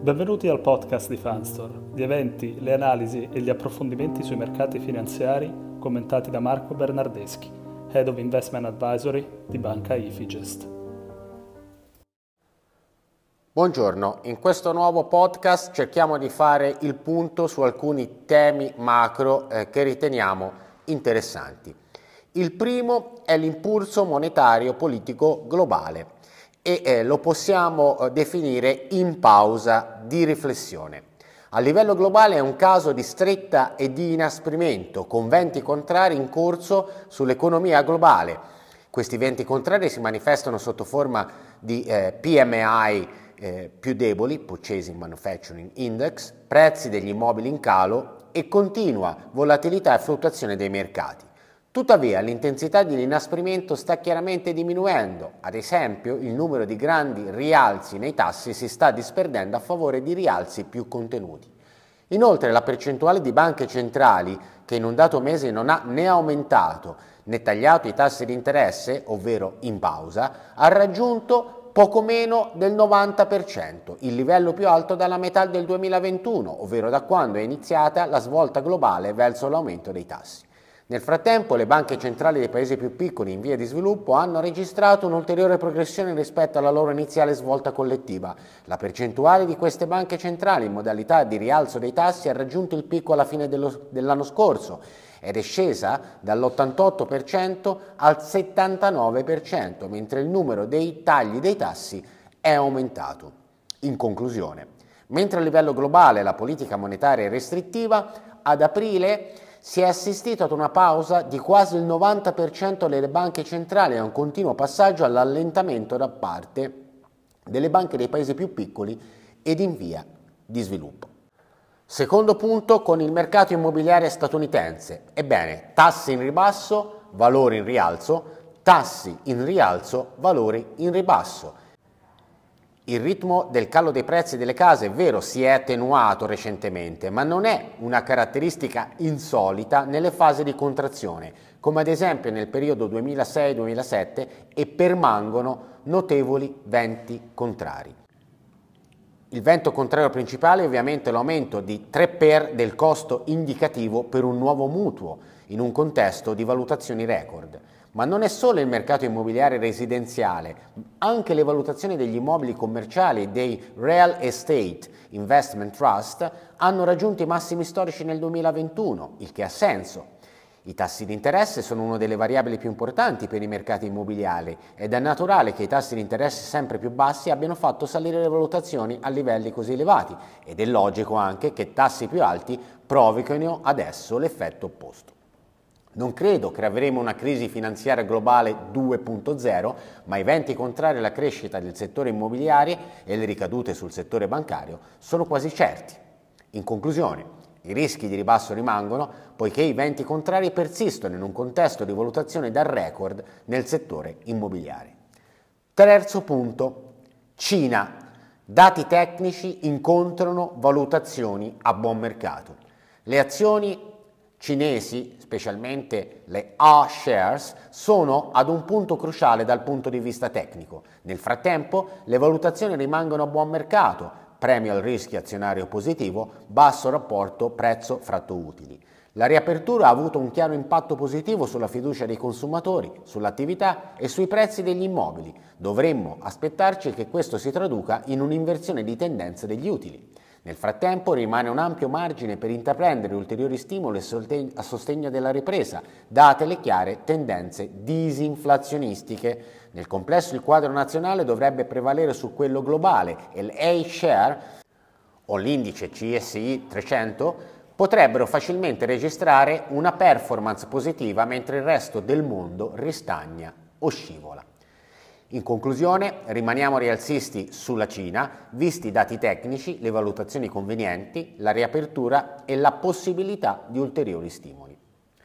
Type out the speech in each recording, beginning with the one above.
Benvenuti al podcast di Fanstore, gli eventi, le analisi e gli approfondimenti sui mercati finanziari commentati da Marco Bernardeschi, Head of Investment Advisory di Banca Ifigest. Buongiorno, in questo nuovo podcast cerchiamo di fare il punto su alcuni temi macro che riteniamo interessanti. Il primo è l'impulso monetario politico globale e lo possiamo definire in pausa di riflessione. A livello globale è un caso di stretta e di inasprimento, con venti contrari in corso sull'economia globale. Questi venti contrari si manifestano sotto forma di PMI più deboli, Purchasing Manufacturing Index, prezzi degli immobili in calo e continua volatilità e fluttuazione dei mercati. Tuttavia l'intensità dell'inasprimento sta chiaramente diminuendo, ad esempio il numero di grandi rialzi nei tassi si sta disperdendo a favore di rialzi più contenuti. Inoltre la percentuale di banche centrali che in un dato mese non ha né aumentato né tagliato i tassi di interesse, ovvero in pausa, ha raggiunto poco meno del 90%, il livello più alto dalla metà del 2021, ovvero da quando è iniziata la svolta globale verso l'aumento dei tassi. Nel frattempo le banche centrali dei paesi più piccoli in via di sviluppo hanno registrato un'ulteriore progressione rispetto alla loro iniziale svolta collettiva. La percentuale di queste banche centrali in modalità di rialzo dei tassi ha raggiunto il picco alla fine dell'anno scorso ed è scesa dall'88% al 79%, mentre il numero dei tagli dei tassi è aumentato. In conclusione, mentre a livello globale la politica monetaria è restrittiva, ad aprile si è assistito ad una pausa di quasi il 90% delle banche centrali e a un continuo passaggio all'allentamento da parte delle banche dei paesi più piccoli ed in via di sviluppo. Secondo punto, con il mercato immobiliare statunitense. Ebbene, tassi in ribasso, valori in rialzo, tassi in rialzo, valori in ribasso. Il ritmo del calo dei prezzi delle case, è vero, si è attenuato recentemente, ma non è una caratteristica insolita nelle fasi di contrazione, come ad esempio nel periodo 2006-2007, e permangono notevoli venti contrari. Il vento contrario principale è ovviamente l'aumento di 3x del costo indicativo per un nuovo mutuo, in un contesto di valutazioni record. Ma non è solo il mercato immobiliare residenziale, anche le valutazioni degli immobili commerciali e dei Real Estate Investment Trust hanno raggiunto i massimi storici nel 2021, il che ha senso. I tassi di interesse sono una delle variabili più importanti per i mercati immobiliari ed è naturale che i tassi di interesse sempre più bassi abbiano fatto salire le valutazioni a livelli così elevati ed è logico anche che tassi più alti provochino adesso l'effetto opposto. Non credo che avremo una crisi finanziaria globale 2.0, ma i venti contrari alla crescita del settore immobiliare e le ricadute sul settore bancario sono quasi certi. In conclusione, i rischi di ribasso rimangono poiché i venti contrari persistono in un contesto di valutazione da record nel settore immobiliare. Terzo punto, Cina. Dati tecnici incontrano valutazioni a buon mercato. Le azioni cinesi, specialmente le A-shares, sono ad un punto cruciale dal punto di vista tecnico. Nel frattempo, le valutazioni rimangono a buon mercato, premio al rischio azionario positivo, basso rapporto prezzo-fratto utili. La riapertura ha avuto un chiaro impatto positivo sulla fiducia dei consumatori, sull'attività e sui prezzi degli immobili. Dovremmo aspettarci che questo si traduca in un'inversione di tendenza degli utili. Nel frattempo rimane un ampio margine per intraprendere ulteriori stimoli a sostegno della ripresa, date le chiare tendenze disinflazionistiche. Nel complesso il quadro nazionale dovrebbe prevalere su quello globale e l'A-share o l'indice CSI 300 potrebbero facilmente registrare una performance positiva mentre il resto del mondo ristagna o scivola. In conclusione, rimaniamo rialzisti sulla Cina, visti i dati tecnici, le valutazioni convenienti, la riapertura e la possibilità di ulteriori stimoli.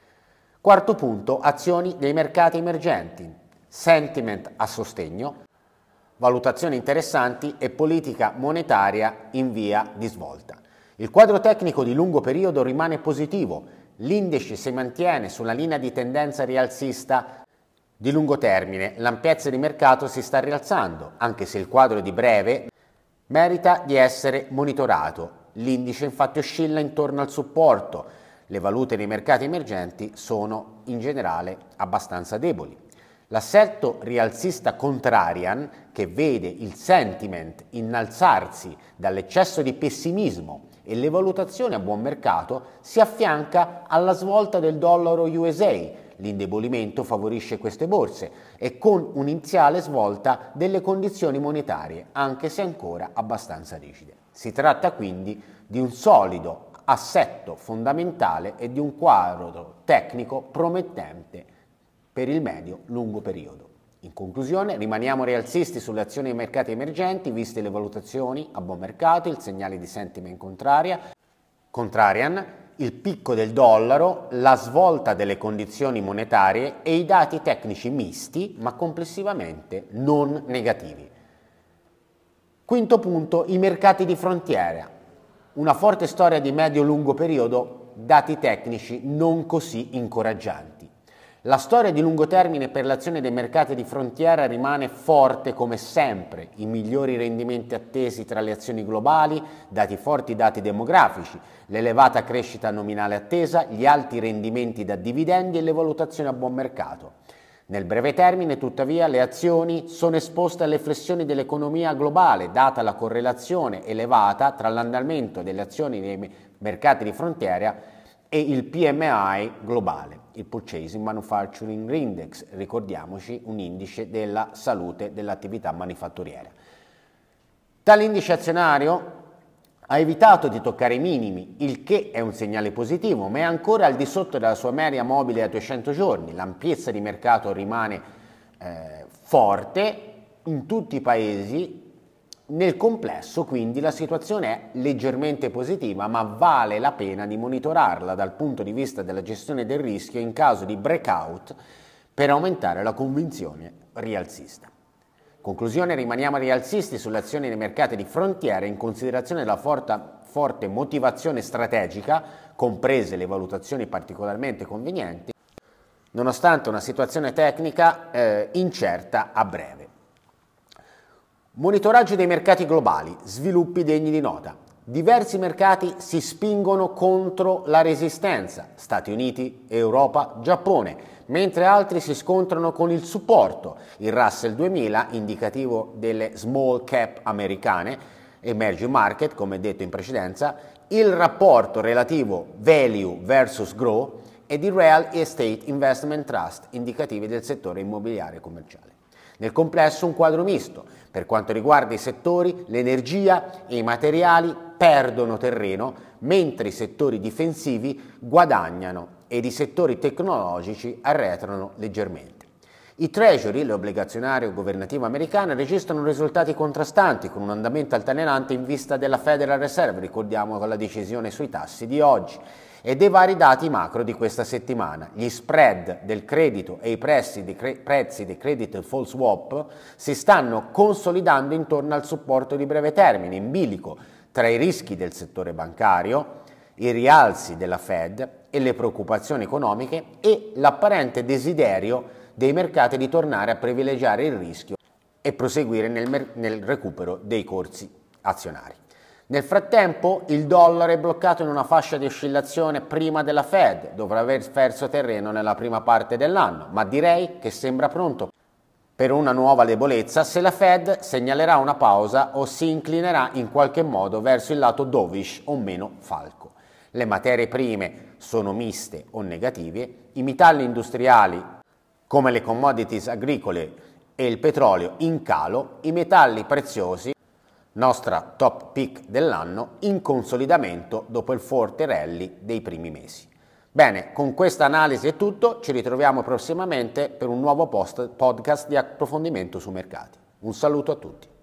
Quarto punto, azioni dei mercati emergenti, sentiment a sostegno, valutazioni interessanti e politica monetaria in via di svolta. Il quadro tecnico di lungo periodo rimane positivo, l'indice si mantiene sulla linea di tendenza rialzista di lungo termine, l'ampiezza di mercato si sta rialzando, anche se il quadro di breve merita di essere monitorato. L'indice infatti oscilla intorno al supporto. Le valute nei mercati emergenti sono in generale abbastanza deboli. L'assetto rialzista contrarian, che vede il sentiment innalzarsi dall'eccesso di pessimismo e le valutazioni a buon mercato, si affianca alla svolta del dollaro USA. L'indebolimento favorisce queste borse e con un'iniziale svolta delle condizioni monetarie, anche se ancora abbastanza rigide. Si tratta quindi di un solido assetto fondamentale e di un quadro tecnico promettente per il medio-lungo periodo. In conclusione, rimaniamo rialzisti sulle azioni dei mercati emergenti, viste le valutazioni a buon mercato, il segnale di sentiment contrarian, il picco del dollaro, la svolta delle condizioni monetarie e i dati tecnici misti, ma complessivamente non negativi. Quinto punto, i mercati di frontiera. Una forte storia di medio-lungo periodo, dati tecnici non così incoraggianti. La storia di lungo termine per l'azione dei mercati di frontiera rimane forte come sempre, i migliori rendimenti attesi tra le azioni globali, forti dati demografici, l'elevata crescita nominale attesa, gli alti rendimenti da dividendi e le valutazioni a buon mercato. Nel breve termine, tuttavia, le azioni sono esposte alle flessioni dell'economia globale, data la correlazione elevata tra l'andamento delle azioni nei mercati di frontiera e il PMI globale, il Purchasing Manufacturing Index, ricordiamoci un indice della salute dell'attività manifatturiera. Tale indice azionario ha evitato di toccare i minimi, il che è un segnale positivo, ma è ancora al di sotto della sua media mobile a 200 giorni. L'ampiezza di mercato rimane forte in tutti i paesi. Nel complesso, quindi, la situazione è leggermente positiva, ma vale la pena di monitorarla dal punto di vista della gestione del rischio in caso di breakout per aumentare la convinzione rialzista. Conclusione, rimaniamo rialzisti sulle azioni dei mercati di frontiera in considerazione della forte motivazione strategica, comprese le valutazioni particolarmente convenienti, nonostante una situazione tecnica incerta a breve. Monitoraggio dei mercati globali, sviluppi degni di nota. Diversi mercati si spingono contro la resistenza, Stati Uniti, Europa, Giappone, mentre altri si scontrano con il supporto. Il Russell 2000, indicativo delle small cap americane, emerging market, come detto in precedenza, il rapporto relativo value versus growth ed il Real Estate Investment Trust, indicativi del settore immobiliare commerciale. Nel complesso un quadro misto. Per quanto riguarda i settori, l'energia e i materiali perdono terreno, mentre i settori difensivi guadagnano ed i settori tecnologici arretrano leggermente. I Treasury, l'obbligazionario governativo americano, registrano risultati contrastanti con un andamento altalenante in vista della Federal Reserve, ricordiamo con la decisione sui tassi di oggi, e dei vari dati macro di questa settimana. Gli spread del credito e i prezzi dei credit default swap si stanno consolidando intorno al supporto di breve termine, in bilico tra i rischi del settore bancario, i rialzi della Fed e le preoccupazioni economiche e l'apparente desiderio dei mercati di tornare a privilegiare il rischio e proseguire nel recupero dei corsi azionari. Nel frattempo il dollaro è bloccato in una fascia di oscillazione prima della Fed, dovrà aver perso terreno nella prima parte dell'anno, ma direi che sembra pronto per una nuova debolezza se la Fed segnalerà una pausa o si inclinerà in qualche modo verso il lato dovish o meno falco. Le materie prime sono miste o negative, i metalli industriali come le commodities agricole e il petrolio in calo, i metalli preziosi, nostra top pick dell'anno, in consolidamento dopo il forte rally dei primi mesi. Bene, con questa analisi è tutto, ci ritroviamo prossimamente per un nuovo podcast di approfondimento sui mercati. Un saluto a tutti.